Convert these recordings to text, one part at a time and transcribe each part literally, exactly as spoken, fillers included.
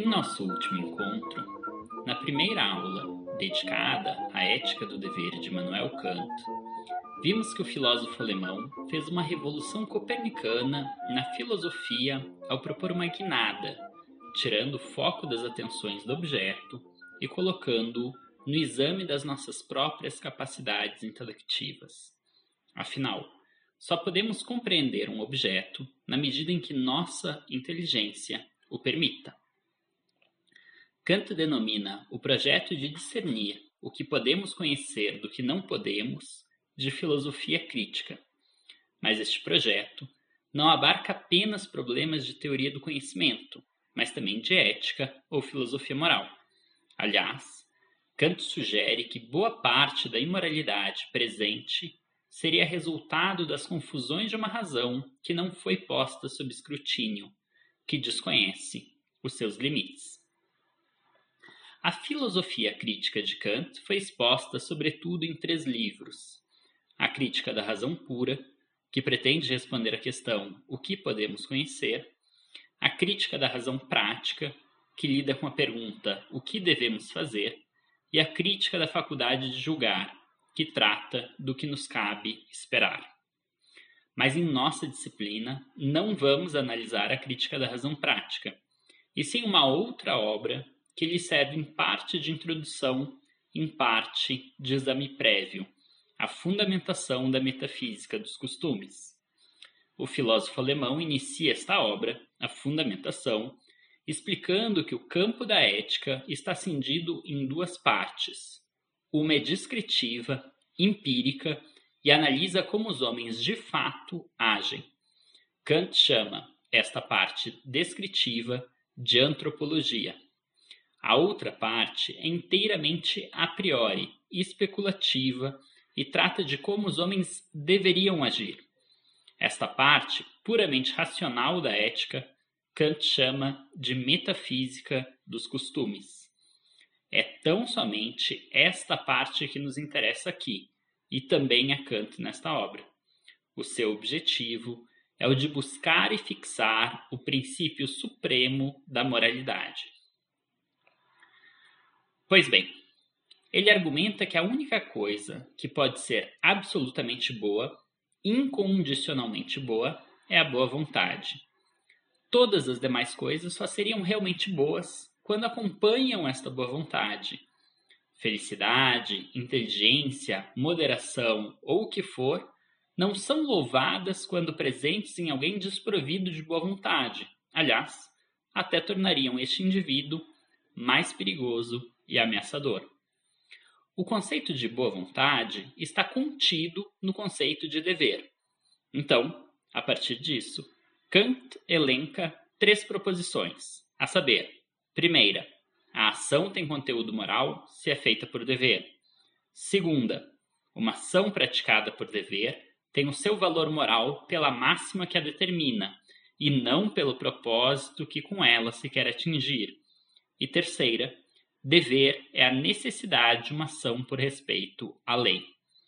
Em nosso último encontro, na primeira aula, dedicada à ética do dever de Immanuel Kant, vimos que o filósofo alemão fez uma revolução copernicana na filosofia ao propor uma guinada, tirando o foco das atenções do objeto e colocando-o no exame das nossas próprias capacidades intelectivas. Afinal, só podemos compreender um objeto na medida em que nossa inteligência o permita. Kant denomina o projeto de discernir o que podemos conhecer do que não podemos de filosofia crítica, mas este projeto não abarca apenas problemas de teoria do conhecimento, mas também de ética ou filosofia moral. Aliás, Kant sugere que boa parte da imoralidade presente seria resultado das confusões de uma razão que não foi posta sob escrutínio, que desconhece os seus limites. A filosofia crítica de Kant foi exposta sobretudo em três livros: A Crítica da Razão Pura, que pretende responder à questão o que podemos conhecer; A Crítica da Razão Prática, que lida com a pergunta o que devemos fazer; e a Crítica da Faculdade de Julgar, que trata do que nos cabe esperar. Mas em nossa disciplina não vamos analisar a Crítica da Razão Prática, e sim uma outra obra que lhe serve em parte de introdução, em parte de exame prévio, a fundamentação da metafísica dos costumes. O filósofo alemão inicia esta obra, a fundamentação, explicando que o campo da ética está cindido em duas partes. Uma é descritiva, empírica, e analisa como os homens de fato agem. Kant chama esta parte descritiva de antropologia. A outra parte é inteiramente a priori, especulativa, e trata de como os homens deveriam agir. Esta parte, puramente racional da ética, Kant chama de metafísica dos costumes. É tão somente esta parte que nos interessa aqui, e também a Kant nesta obra. O seu objetivo é o de buscar e fixar o princípio supremo da moralidade. Pois bem, ele argumenta que a única coisa que pode ser absolutamente boa, incondicionalmente boa, é a boa vontade. Todas as demais coisas só seriam realmente boas quando acompanham esta boa vontade. Felicidade, inteligência, moderação ou o que for, não são louvadas quando presentes em alguém desprovido de boa vontade. Aliás, até tornariam este indivíduo mais perigoso e ameaçador. O conceito de boa vontade está contido no conceito de dever. Então, a partir disso, Kant elenca três proposições, a saber: primeira, a ação tem conteúdo moral se é feita por dever. Segunda, uma ação praticada por dever tem o seu valor moral pela máxima que a determina, e não pelo propósito que com ela se quer atingir. E terceira, dever é a necessidade de uma ação por respeito à lei.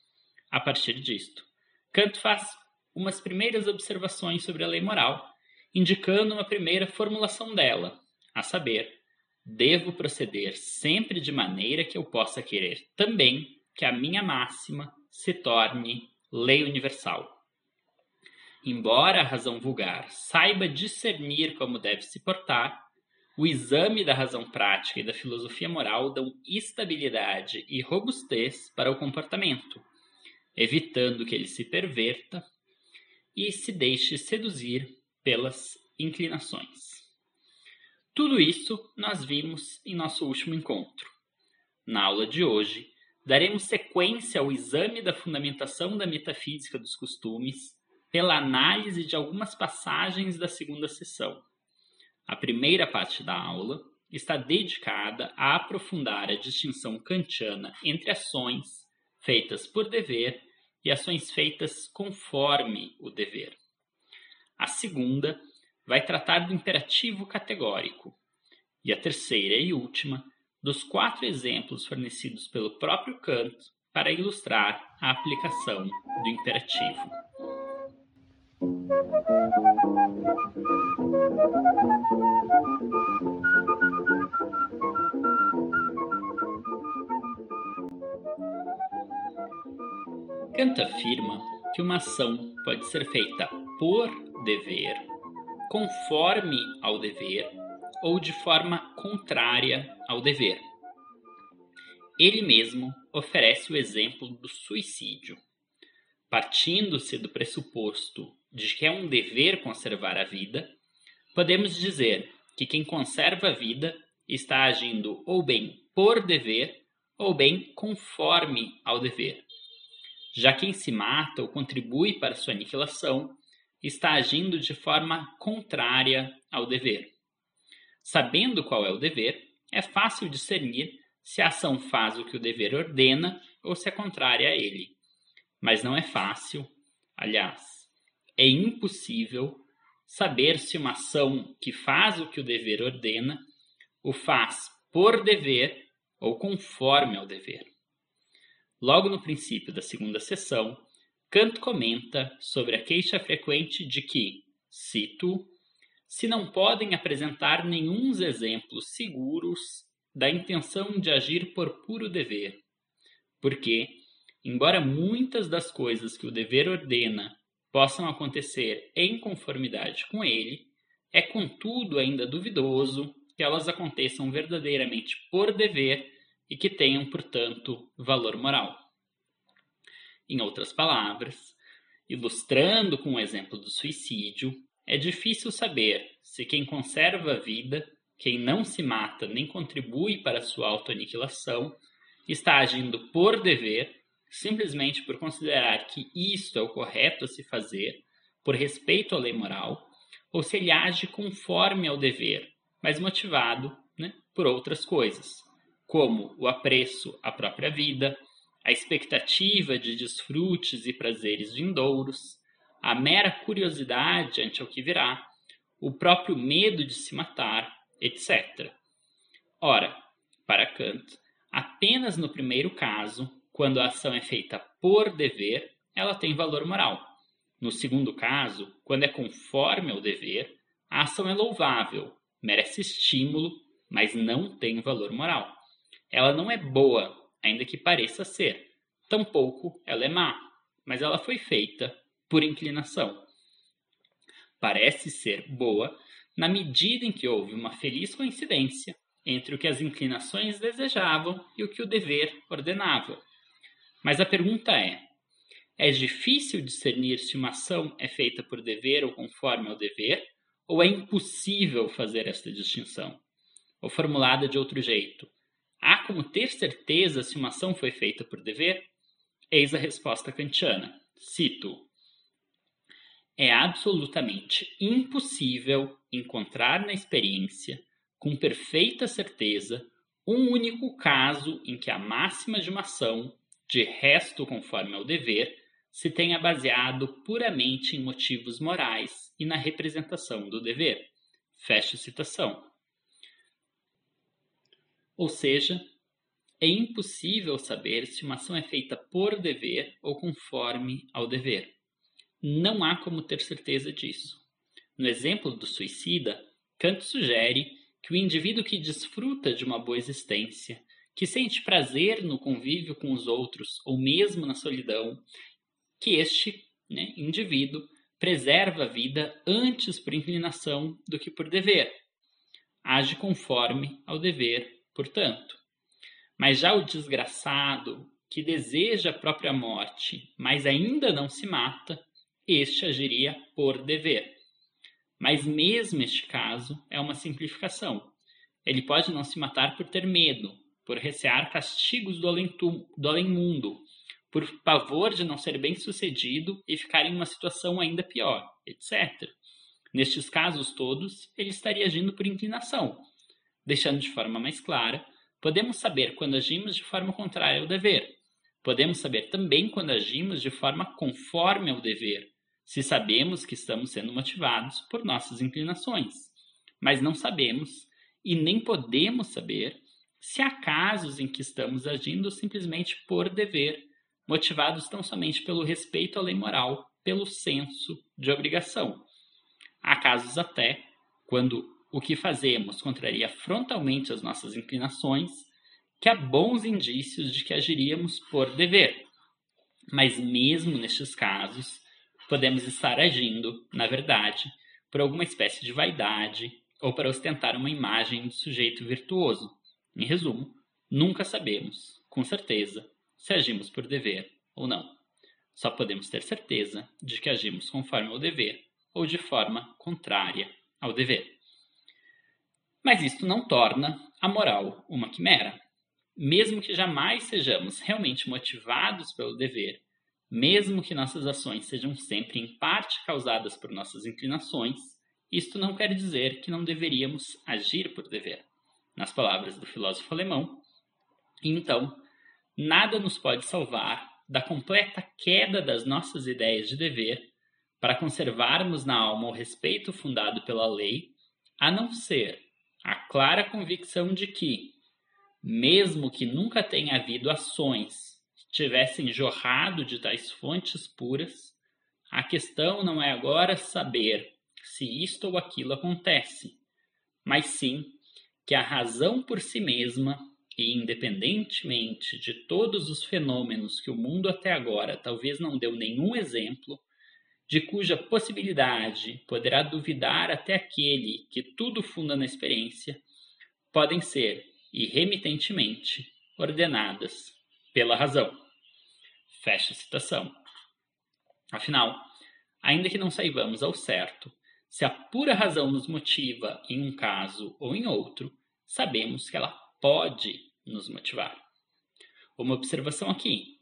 A partir disto, Kant faz umas primeiras observações sobre a lei moral, indicando uma primeira formulação dela, a saber: devo proceder sempre de maneira que eu possa querer também que a minha máxima se torne lei universal. Embora a razão vulgar saiba discernir como deve se portar, o exame da razão prática e da filosofia moral dão estabilidade e robustez para o comportamento, evitando que ele se perverta e se deixe seduzir pelas inclinações. Tudo isso nós vimos em nosso último encontro. Na aula de hoje, daremos sequência ao exame da fundamentação da metafísica dos costumes pela análise de algumas passagens da segunda sessão. A primeira parte da aula está dedicada a aprofundar a distinção kantiana entre ações feitas por dever e ações feitas conforme o dever. A segunda vai tratar do imperativo categórico, e a terceira e última dos quatro exemplos fornecidos pelo próprio Kant para ilustrar a aplicação do imperativo. Kant afirma que uma ação pode ser feita por dever, conforme ao dever ou de forma contrária ao dever. Ele mesmo oferece o exemplo do suicídio. Partindo-se do pressuposto de que é um dever conservar a vida, podemos dizer que quem conserva a vida está agindo ou bem por dever ou bem conforme ao dever. Já quem se mata ou contribui para sua aniquilação está agindo de forma contrária ao dever. Sabendo qual é o dever, é fácil discernir se a ação faz o que o dever ordena ou se é contrária a ele. Mas não é fácil, aliás, é impossível saber se uma ação que faz o que o dever ordena o faz por dever ou conforme ao dever. Logo no princípio da segunda seção, Kant comenta sobre a queixa frequente de que, cito, se não podem apresentar nenhuns exemplos seguros da intenção de agir por puro dever, porque, embora muitas das coisas que o dever ordena possam acontecer em conformidade com ele, é contudo ainda duvidoso que elas aconteçam verdadeiramente por dever e que tenham, portanto, valor moral. Em outras palavras, ilustrando com o exemplo do suicídio, é difícil saber se quem conserva a vida, quem não se mata nem contribui para sua autoaniquilação, está agindo por dever, simplesmente por considerar que isto é o correto a se fazer, por respeito à lei moral, ou se ele age conforme ao dever, mas motivado, né, por outras coisas, como o apreço à própria vida, a expectativa de desfrutes e prazeres vindouros, a mera curiosidade ante o que virá, o próprio medo de se matar, etcétera. Ora, para Kant, apenas no primeiro caso, quando a ação é feita por dever, ela tem valor moral. No segundo caso, quando é conforme ao dever, a ação é louvável, merece estímulo, mas não tem valor moral. Ela não é boa, ainda que pareça ser. Tampouco ela é má, mas ela foi feita por inclinação. Parece ser boa na medida em que houve uma feliz coincidência entre o que as inclinações desejavam e o que o dever ordenava. Mas a pergunta é: é difícil discernir se uma ação é feita por dever ou conforme ao dever, ou é impossível fazer esta distinção? Ou formulada de outro jeito, há como ter certeza se uma ação foi feita por dever? Eis a resposta kantiana. Cito: é absolutamente impossível encontrar na experiência, com perfeita certeza, um único caso em que a máxima de uma ação, de resto conforme ao dever, se tenha baseado puramente em motivos morais e na representação do dever. Fecha citação. Ou seja, é impossível saber se uma ação é feita por dever ou conforme ao dever. Não há como ter certeza disso. No exemplo do suicida, Kant sugere que o indivíduo que desfruta de uma boa existência, que sente prazer no convívio com os outros ou mesmo na solidão, que este, né, indivíduo preserva a vida antes por inclinação do que por dever. Age conforme ao dever, portanto. Mas já o desgraçado, que deseja a própria morte, mas ainda não se mata, este agiria por dever. Mas mesmo este caso é uma simplificação. Ele pode não se matar por ter medo, por recear castigos do além-mundo, por pavor de não ser bem-sucedido e ficar em uma situação ainda pior, etcétera. Nestes casos todos, ele estaria agindo por inclinação. Deixando de forma mais clara, podemos saber quando agimos de forma contrária ao dever. Podemos saber também quando agimos de forma conforme ao dever, se sabemos que estamos sendo motivados por nossas inclinações. Mas não sabemos, e nem podemos saber, se há casos em que estamos agindo simplesmente por dever, motivados tão somente pelo respeito à lei moral, pelo senso de obrigação. Há casos até, quando o que fazemos contraria frontalmente as nossas inclinações, que há bons indícios de que agiríamos por dever. Mas mesmo nestes casos, podemos estar agindo, na verdade, por alguma espécie de vaidade ou para ostentar uma imagem de sujeito virtuoso. Em resumo, nunca sabemos, com certeza, se agimos por dever ou não. Só podemos ter certeza de que agimos conforme ao dever ou de forma contrária ao dever. Mas isto não torna a moral uma quimera. Mesmo que jamais sejamos realmente motivados pelo dever, mesmo que nossas ações sejam sempre em parte causadas por nossas inclinações, isto não quer dizer que não deveríamos agir por dever. Nas palavras do filósofo alemão, então, nada nos pode salvar da completa queda das nossas ideias de dever para conservarmos na alma o respeito fundado pela lei, a não ser a clara convicção de que, mesmo que nunca tenha havido ações que tivessem jorrado de tais fontes puras, a questão não é agora saber se isto ou aquilo acontece, mas sim que a razão por si mesma, e independentemente de todos os fenômenos que o mundo até agora talvez não deu nenhum exemplo, de cuja possibilidade poderá duvidar até aquele que tudo funda na experiência, podem ser, irremitentemente, ordenadas pela razão. Fecha a citação. Afinal, ainda que não saibamos ao certo se a pura razão nos motiva em um caso ou em outro, sabemos que ela pode nos motivar. Uma observação aqui.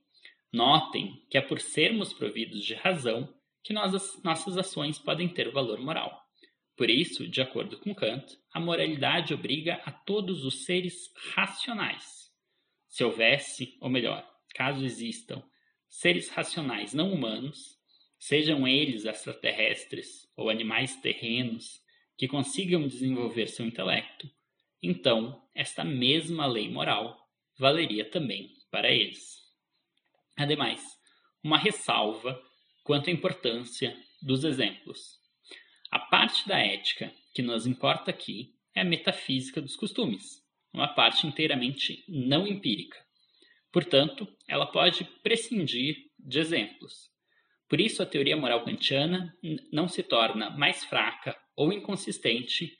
Notem que é por sermos providos de razão que nós, nossas ações podem ter valor moral. Por isso, de acordo com Kant, a moralidade obriga a todos os seres racionais. Se houvesse, ou melhor, caso existam, seres racionais não humanos, sejam eles extraterrestres ou animais terrenos, que consigam desenvolver seu intelecto, então esta mesma lei moral valeria também para eles. Ademais, uma ressalva quanto à importância dos exemplos. A parte da ética que nos importa aqui é a metafísica dos costumes, uma parte inteiramente não empírica. Portanto, ela pode prescindir de exemplos. Por isso, a teoria moral kantiana não se torna mais fraca ou inconsistente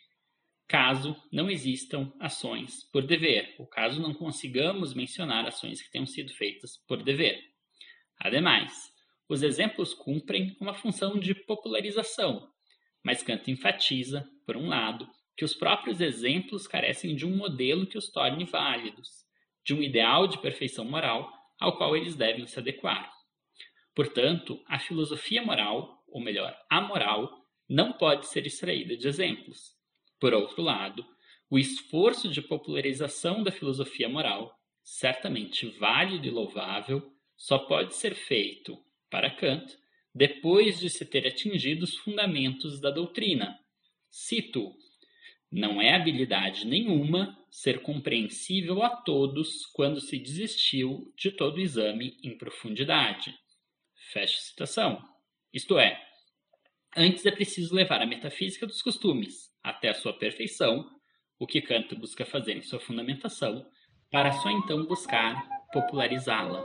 caso não existam ações por dever, ou caso não consigamos mencionar ações que tenham sido feitas por dever. Ademais, os exemplos cumprem uma função de popularização, mas Kant enfatiza, por um lado, que os próprios exemplos carecem de um modelo que os torne válidos, de um ideal de perfeição moral ao qual eles devem se adequar. Portanto, a filosofia moral, ou melhor, a moral, não pode ser extraída de exemplos. Por outro lado, o esforço de popularização da filosofia moral, certamente válido e louvável, só pode ser feito, para Kant, depois de se ter atingido os fundamentos da doutrina. Cito: não é habilidade nenhuma ser compreensível a todos quando se desistiu de todo exame em profundidade. Fecha a citação. Isto é, antes é preciso levar a metafísica dos costumes até a sua perfeição, o que Kant busca fazer em sua fundamentação, para só então buscar popularizá-la.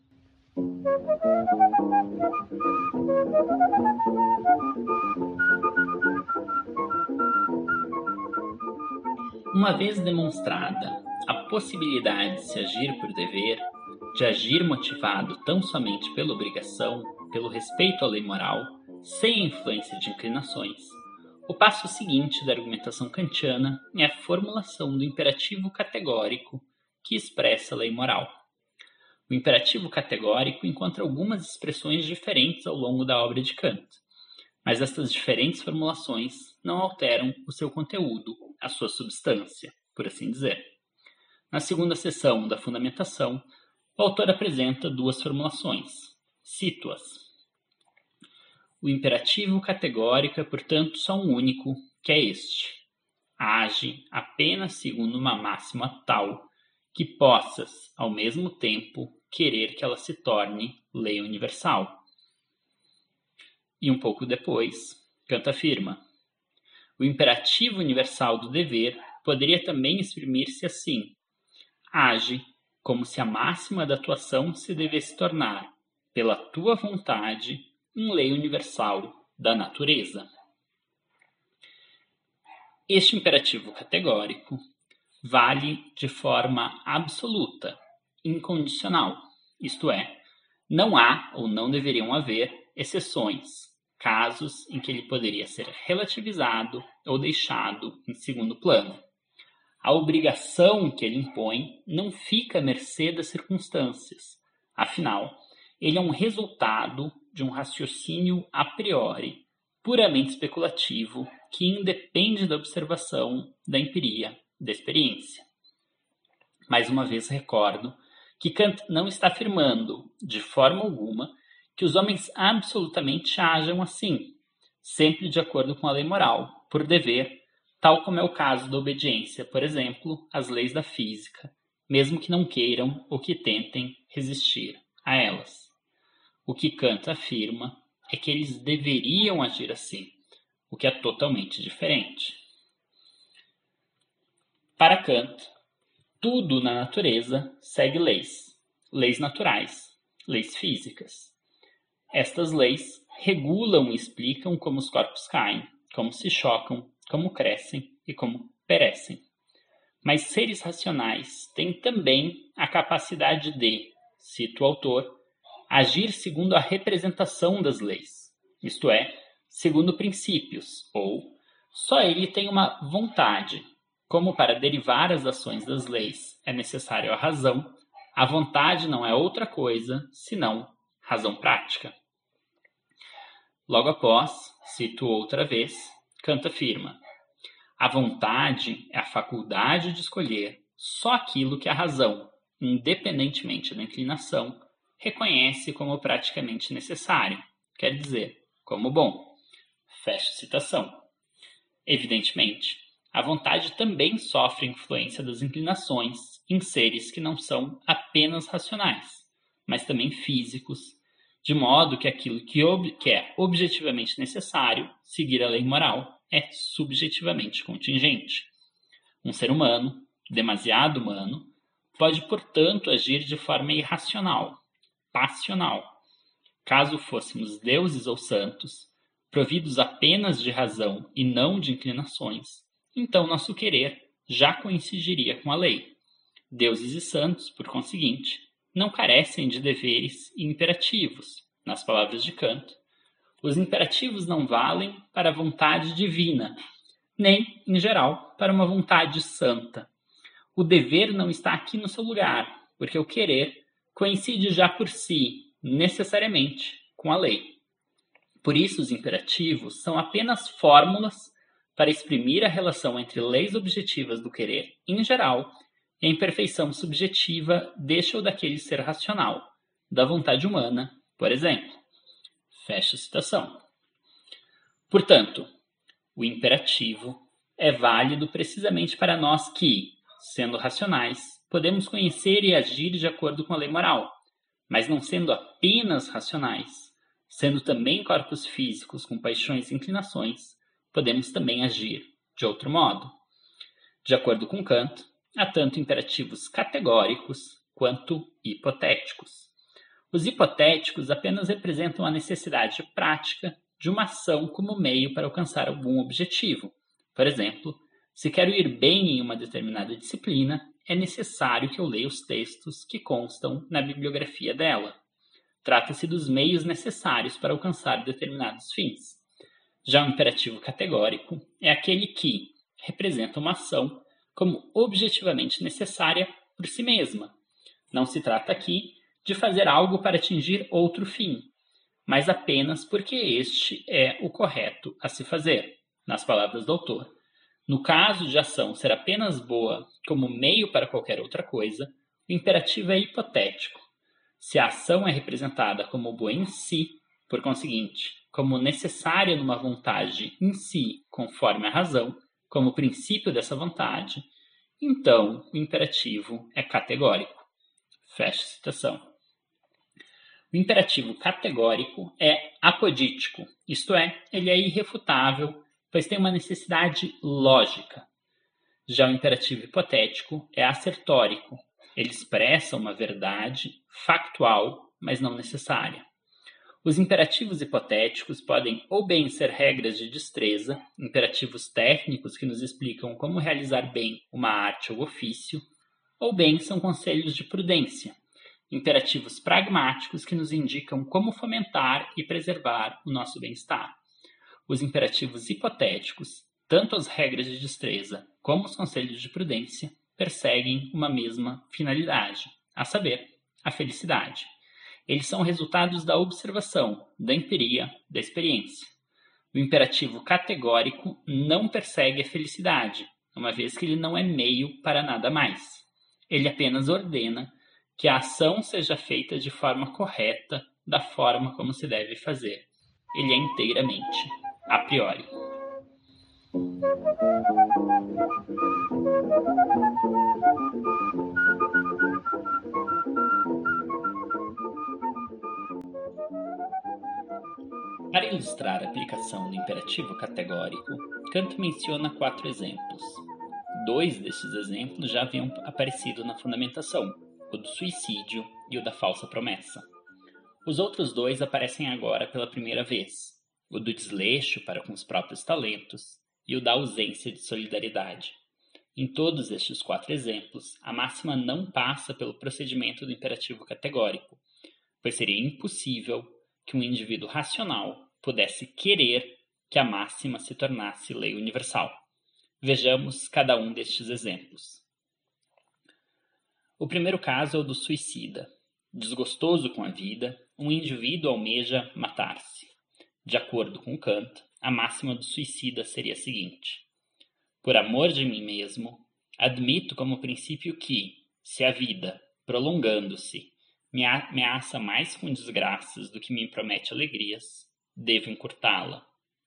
Uma vez demonstrada a possibilidade de se agir por dever, de agir motivado tão somente pela obrigação, pelo respeito à lei moral, sem a influência de inclinações, o passo seguinte da argumentação kantiana é a formulação do imperativo categórico que expressa a lei moral. O imperativo categórico encontra algumas expressões diferentes ao longo da obra de Kant, mas estas diferentes formulações não alteram o seu conteúdo, a sua substância, por assim dizer. Na segunda seção da fundamentação, o autor apresenta duas formulações. Cito-as. O imperativo categórico é, portanto, só um único, que é este. Age apenas segundo uma máxima tal que possas, ao mesmo tempo, querer que ela se torne lei universal. E um pouco depois, Kant afirma: o imperativo universal do dever poderia também exprimir-se assim: age como se a máxima da tua ação se devesse tornar, pela tua vontade, em lei universal da natureza. Este imperativo categórico vale de forma absoluta, incondicional, isto é, não há ou não deveriam haver exceções, casos em que ele poderia ser relativizado ou deixado em segundo plano. A obrigação que ele impõe não fica à mercê das circunstâncias. Afinal, ele é um resultado de um raciocínio a priori, puramente especulativo, que independe da observação, da empiria, da experiência. Mais uma vez recordo que Kant não está afirmando, de forma alguma, que os homens absolutamente ajam assim, sempre de acordo com a lei moral, por dever, tal como é o caso da obediência, por exemplo, às leis da física, mesmo que não queiram ou que tentem resistir a elas. O que Kant afirma é que eles deveriam agir assim, o que é totalmente diferente. Para Kant, tudo na natureza segue leis, leis naturais, leis físicas. Estas leis regulam e explicam como os corpos caem, como se chocam, como crescem e como perecem. Mas seres racionais têm também a capacidade de, cita o autor, agir segundo a representação das leis, isto é, segundo princípios, ou só ele tem uma vontade. Como para derivar as ações das leis é necessário a razão, a vontade não é outra coisa senão razão prática. Logo após, cito outra vez, Kant afirma: a vontade é a faculdade de escolher só aquilo que a razão, independentemente da inclinação, reconhece como praticamente necessário, quer dizer, como bom. Fecha citação. Evidentemente, a vontade também sofre influência das inclinações em seres que não são apenas racionais, mas também físicos, de modo que aquilo que, ob- que é objetivamente necessário, seguir a lei moral, é subjetivamente contingente. Um ser humano, demasiado humano, pode, portanto, agir de forma irracional, passional. Caso fôssemos deuses ou santos, providos apenas de razão e não de inclinações, então nosso querer já coincidiria com a lei. Deuses e santos, por conseguinte, não carecem de deveres e imperativos. Nas palavras de Kant, os imperativos não valem para a vontade divina, nem, em geral, para uma vontade santa. O dever não está aqui no seu lugar, porque o querer coincide já por si, necessariamente, com a lei. Por isso, os imperativos são apenas fórmulas para exprimir a relação entre leis objetivas do querer, em geral, e a imperfeição subjetiva deste ou daquele ser racional, da vontade humana, por exemplo. Fecha a citação. Portanto, o imperativo é válido precisamente para nós que, sendo racionais, podemos conhecer e agir de acordo com a lei moral, mas não sendo apenas racionais, sendo também corpos físicos com paixões e inclinações, podemos também agir de outro modo. De acordo com Kant, há tanto imperativos categóricos quanto hipotéticos. Os hipotéticos apenas representam a necessidade prática de uma ação como meio para alcançar algum objetivo. Por exemplo, se quero ir bem em uma determinada disciplina, é necessário que eu leia os textos que constam na bibliografia dela. Trata-se dos meios necessários para alcançar determinados fins. Já o imperativo categórico é aquele que representa uma ação como objetivamente necessária por si mesma. Não se trata aqui de fazer algo para atingir outro fim, mas apenas porque este é o correto a se fazer. Nas palavras do autor, no caso de ação ser apenas boa como meio para qualquer outra coisa, o imperativo é hipotético. Se a ação é representada como boa em si, por conseguinte, como necessária numa vontade em si, conforme a razão, como princípio dessa vontade, então o imperativo é categórico. Fecha a citação. O imperativo categórico é apodítico, isto é, ele é irrefutável, pois tem uma necessidade lógica. Já o imperativo hipotético é assertórico, Ele expressa uma verdade factual, mas não necessária. Os imperativos hipotéticos podem ou bem ser regras de destreza, imperativos técnicos que nos explicam como realizar bem uma arte ou ofício, ou bem são conselhos de prudência, imperativos pragmáticos que nos indicam como fomentar e preservar o nosso bem-estar. Os imperativos hipotéticos, tanto as regras de destreza como os conselhos de prudência, perseguem uma mesma finalidade, a saber, a felicidade. Eles são resultados da observação, da empiria, da experiência. O imperativo categórico não persegue a felicidade, uma vez que ele não é meio para nada mais. Ele apenas ordena que a ação seja feita de forma correta, da forma como se deve fazer. Ele é inteiramente a priori. Para ilustrar a aplicação do imperativo categórico, Kant menciona quatro exemplos. Dois destes exemplos já haviam aparecido na fundamentação, o do suicídio e o da falsa promessa. Os outros dois aparecem agora pela primeira vez, o do desleixo para com os próprios talentos e o da ausência de solidariedade. Em todos estes quatro exemplos, a máxima não passa pelo procedimento do imperativo categórico, pois seria impossível que um indivíduo racional pudesse querer que a máxima se tornasse lei universal. Vejamos cada um destes exemplos. O primeiro caso é o do suicida. Desgostoso com a vida, um indivíduo almeja matar-se. De acordo com Kant, a máxima do suicida seria a seguinte: por amor de mim mesmo, admito como princípio que, se a vida, prolongando-se, me ameaça mais com desgraças do que me promete alegrias, devo encurtá-la.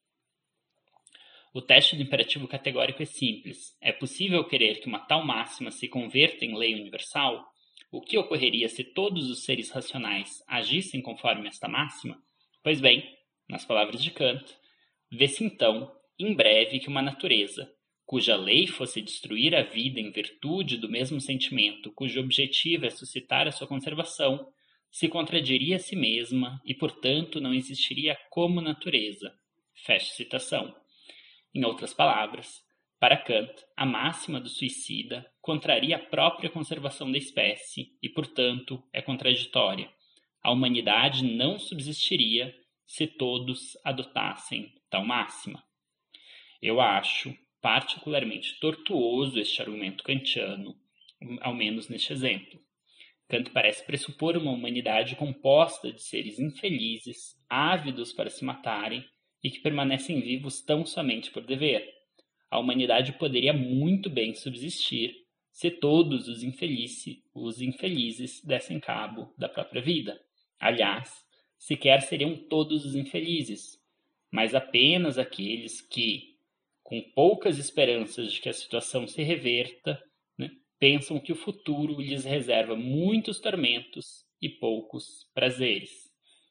O teste do imperativo categórico é simples. É possível querer que uma tal máxima se converta em lei universal? O que ocorreria se todos os seres racionais agissem conforme esta máxima? Pois bem, nas palavras de Kant, vê-se então, em breve, que uma natureza, cuja lei fosse destruir a vida em virtude do mesmo sentimento cujo objetivo é suscitar a sua conservação, se contradiria a si mesma e, portanto, não existiria como natureza. Fecha citação. Em outras palavras, para Kant, a máxima do suicida contraria a própria conservação da espécie e, portanto, é contraditória. A humanidade não subsistiria se todos adotassem tal máxima. Eu acho particularmente tortuoso este argumento kantiano, ao menos neste exemplo. Kant parece pressupor uma humanidade composta de seres infelizes, ávidos para se matarem e que permanecem vivos tão somente por dever. A humanidade poderia muito bem subsistir se todos os infelizes, os infelizes dessem cabo da própria vida. Aliás, sequer seriam todos os infelizes, mas apenas aqueles que, com poucas esperanças de que a situação se reverta, né, pensam que o futuro lhes reserva muitos tormentos e poucos prazeres.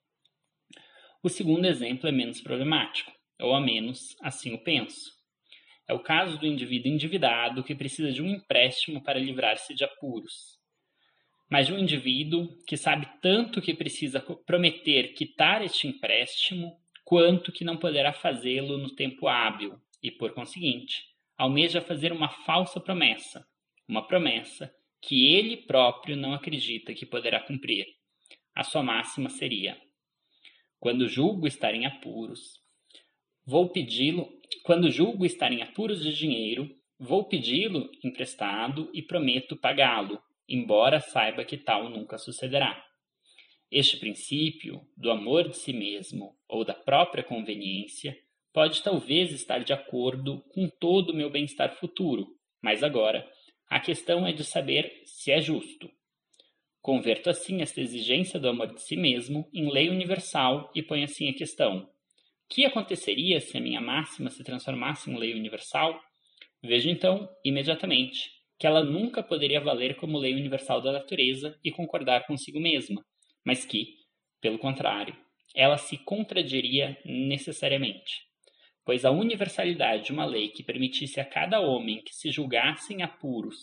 O segundo exemplo é menos problemático, ou ao menos assim o penso. É o caso do indivíduo endividado que precisa de um empréstimo para livrar-se de apuros. Mas de um indivíduo que sabe tanto que precisa prometer quitar este empréstimo, quanto que não poderá fazê-lo no tempo hábil, e, por conseguinte, almeja fazer uma falsa promessa, uma promessa que ele próprio não acredita que poderá cumprir. A sua máxima seria: quando julgo estar em apuros, vou pedi-lo, quando julgo estar em apuros de dinheiro, vou pedi-lo emprestado e prometo pagá-lo, embora saiba que tal nunca sucederá. Este princípio, do amor de si mesmo ou da própria conveniência, pode talvez estar de acordo com todo o meu bem-estar futuro, mas agora a questão é de saber se é justo. Converto assim esta exigência do amor de si mesmo em lei universal e ponho assim a questão: que aconteceria se a minha máxima se transformasse em lei universal? Vejo então, imediatamente, que ela nunca poderia valer como lei universal da natureza e concordar consigo mesma, mas que, pelo contrário, ela se contradiria necessariamente. Pois a universalidade de uma lei que permitisse a cada homem que se julgasse em apuros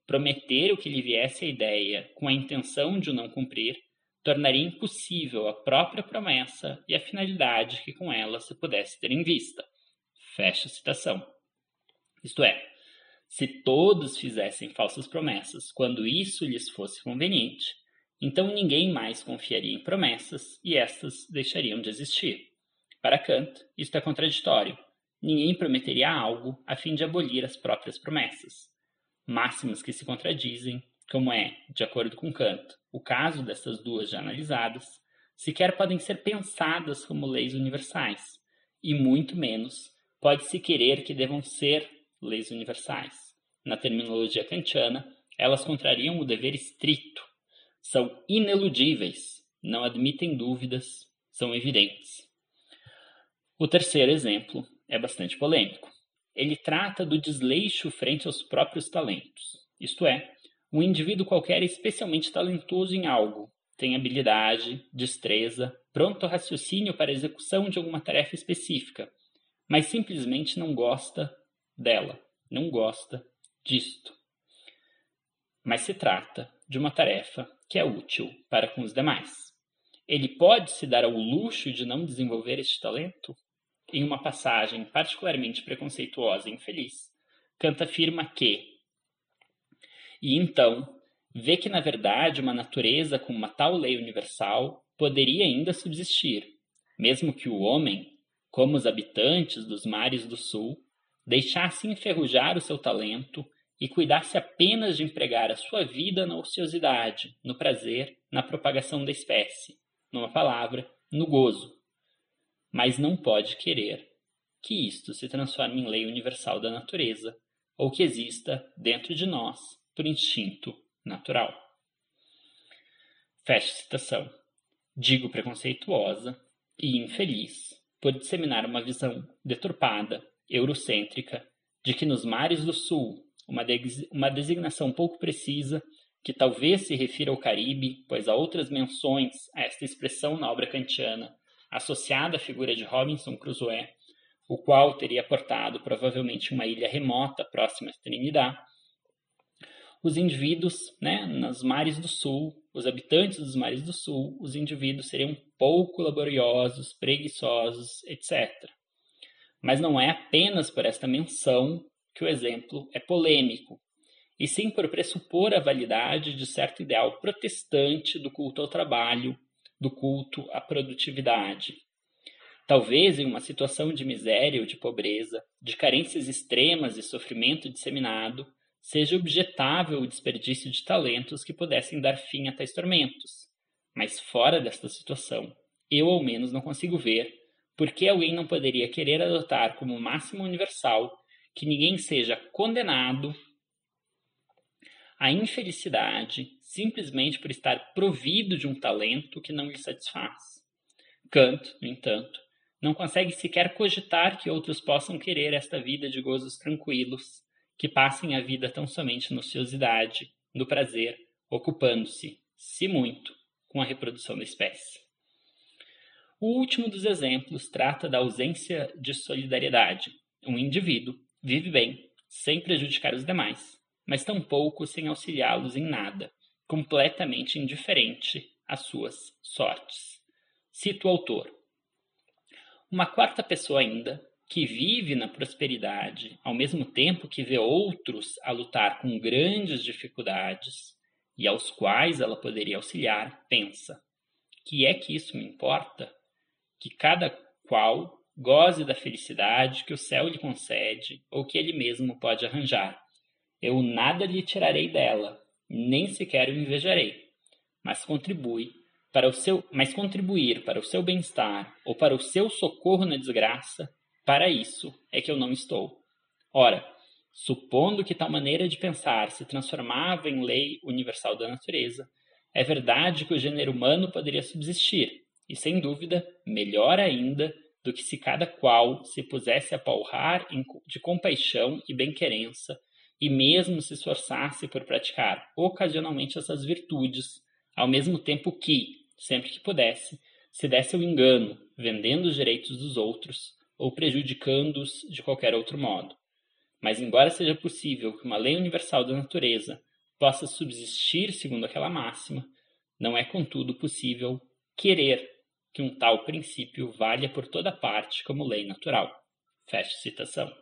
prometer o que lhe viesse à ideia com a intenção de o não cumprir, tornaria impossível a própria promessa e a finalidade que com ela se pudesse ter em vista. Fecha a citação. Isto é, se todos fizessem falsas promessas quando isso lhes fosse conveniente, então ninguém mais confiaria em promessas e estas deixariam de existir. Para Kant, isto é contraditório. Ninguém prometeria algo a fim de abolir as próprias promessas. Máximas que se contradizem, como é, de acordo com Kant, o caso dessas duas já analisadas, sequer podem ser pensadas como leis universais, e muito menos pode-se querer que devam ser leis universais. Na terminologia kantiana, elas contrariam o dever estrito. São ineludíveis, não admitem dúvidas, são evidentes. O terceiro exemplo é bastante polêmico. Ele trata do desleixo frente aos próprios talentos. Isto é, um indivíduo qualquer especialmente talentoso em algo, tem habilidade, destreza, pronto raciocínio para a execução de alguma tarefa específica, mas simplesmente não gosta dela, não gosta disto. Mas se trata de uma tarefa que é útil para com os demais. Ele pode se dar ao luxo de não desenvolver este talento? Em uma passagem particularmente preconceituosa e infeliz, Kant afirma que, e então, vê que na verdade uma natureza com uma tal lei universal poderia ainda subsistir, mesmo que o homem, como os habitantes dos mares do sul, deixasse enferrujar o seu talento e cuidasse apenas de empregar a sua vida na ociosidade, no prazer, na propagação da espécie, numa palavra, no gozo. Mas não pode querer que isto se transforme em lei universal da natureza, ou que exista dentro de nós por instinto natural. Fecha a citação. Digo preconceituosa e infeliz por disseminar uma visão deturpada, eurocêntrica, de que nos mares do sul, uma, de- uma designação pouco precisa, que talvez se refira ao Caribe, pois há outras menções a esta expressão na obra kantiana, associada à figura de Robinson Crusoe, o qual teria portado provavelmente uma ilha remota próxima à Trinidad. Os indivíduos, né, nos mares do sul, os habitantes dos mares do sul, os indivíduos seriam pouco laboriosos, preguiçosos, etcétera. Mas não é apenas por esta menção que o exemplo é polêmico, e sim por pressupor a validade de certo ideal protestante do culto ao trabalho, do culto à produtividade. Talvez em uma situação de miséria ou de pobreza, de carências extremas e sofrimento disseminado, seja objetável o desperdício de talentos que pudessem dar fim a tais tormentos. Mas fora desta situação, eu ao menos não consigo ver por que alguém não poderia querer adotar como máximo universal que ninguém seja condenado à infelicidade simplesmente por estar provido de um talento que não lhe satisfaz. Kant, no entanto, não consegue sequer cogitar que outros possam querer esta vida de gozos tranquilos, que passem a vida tão somente na ociosidade, no prazer, ocupando-se, se muito, com a reprodução da espécie. O último dos exemplos trata da ausência de solidariedade. Um indivíduo vive bem, sem prejudicar os demais, mas tampouco sem auxiliá-los em nada, completamente indiferente às suas sortes. Cito o autor. Uma quarta pessoa ainda, que vive na prosperidade, ao mesmo tempo que vê outros a lutar com grandes dificuldades e aos quais ela poderia auxiliar, pensa: que é que isso me importa? Que cada qual goze da felicidade que o céu lhe concede ou que ele mesmo pode arranjar. Eu nada lhe tirarei dela, nem sequer o invejarei, mas contribui para o seu, mas contribuir para o seu bem-estar ou para o seu socorro na desgraça, para isso é que eu não estou. Ora, supondo que tal maneira de pensar se transformava em lei universal da natureza, é verdade que o gênero humano poderia subsistir, e sem dúvida, melhor ainda do que se cada qual se pusesse a palrar de compaixão e bem-querença, e mesmo se esforçasse por praticar ocasionalmente essas virtudes, ao mesmo tempo que, sempre que pudesse, se desse ao engano, vendendo os direitos dos outros ou prejudicando-os de qualquer outro modo. Mas embora seja possível que uma lei universal da natureza possa subsistir segundo aquela máxima, não é, contudo, possível querer que um tal princípio valha por toda parte como lei natural. Fecha citação.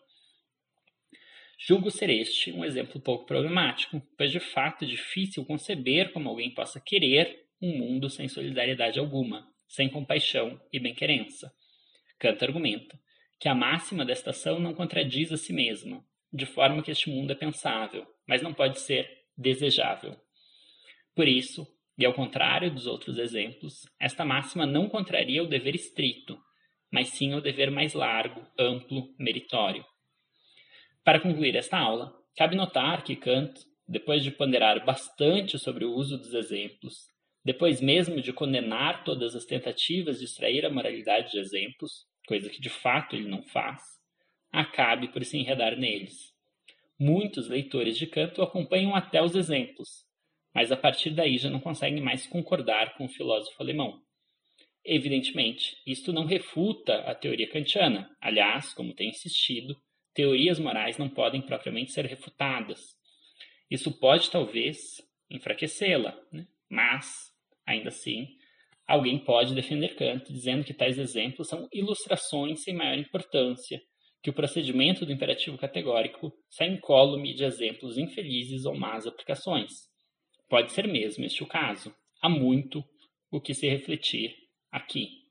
Julgo ser este um exemplo pouco problemático, pois de fato é difícil conceber como alguém possa querer um mundo sem solidariedade alguma, sem compaixão e bem-querença. Kant argumenta que a máxima desta ação não contradiz a si mesma, de forma que este mundo é pensável, mas não pode ser desejável. Por isso, e ao contrário dos outros exemplos, esta máxima não contraria o dever estrito, mas sim o dever mais largo, amplo, meritório. Para concluir esta aula, cabe notar que Kant, depois de ponderar bastante sobre o uso dos exemplos, depois mesmo de condenar todas as tentativas de extrair a moralidade de exemplos, coisa que de fato ele não faz, acabe por se enredar neles. Muitos leitores de Kant o acompanham até os exemplos, mas a partir daí já não conseguem mais concordar com o filósofo alemão. Evidentemente, isto não refuta a teoria kantiana. Aliás, como tem insistido, teorias morais não podem propriamente ser refutadas. Isso pode, talvez, enfraquecê-la, né? Mas, ainda assim, alguém pode defender Kant dizendo que tais exemplos são ilustrações sem maior importância, que o procedimento do imperativo categórico sai incólume de exemplos infelizes ou más aplicações. Pode ser mesmo este o caso. Há muito o que se refletir aqui.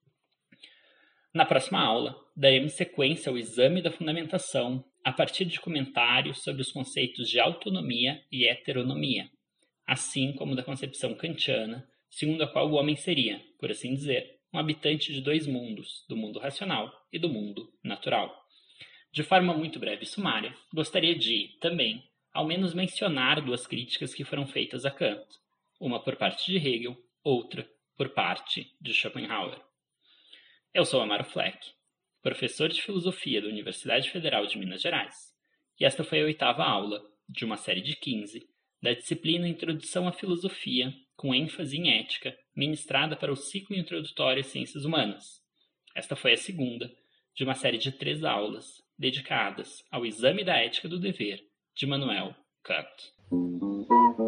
Na próxima aula, daremos sequência ao exame da fundamentação a partir de comentários sobre os conceitos de autonomia e heteronomia, assim como da concepção kantiana, segundo a qual o homem seria, por assim dizer, um habitante de dois mundos, do mundo racional e do mundo natural. De forma muito breve e sumária, gostaria de, também, ao menos mencionar duas críticas que foram feitas a Kant, uma por parte de Hegel, outra por parte de Schopenhauer. Eu sou Amaro Fleck, professor de Filosofia da Universidade Federal de Minas Gerais, e esta foi a oitava aula, de uma série de quinze, da disciplina Introdução à Filosofia, com ênfase em ética, ministrada para o ciclo introdutório às Ciências Humanas. Esta foi a segunda, de uma série de três aulas, dedicadas ao exame da ética do dever, de Immanuel Kant.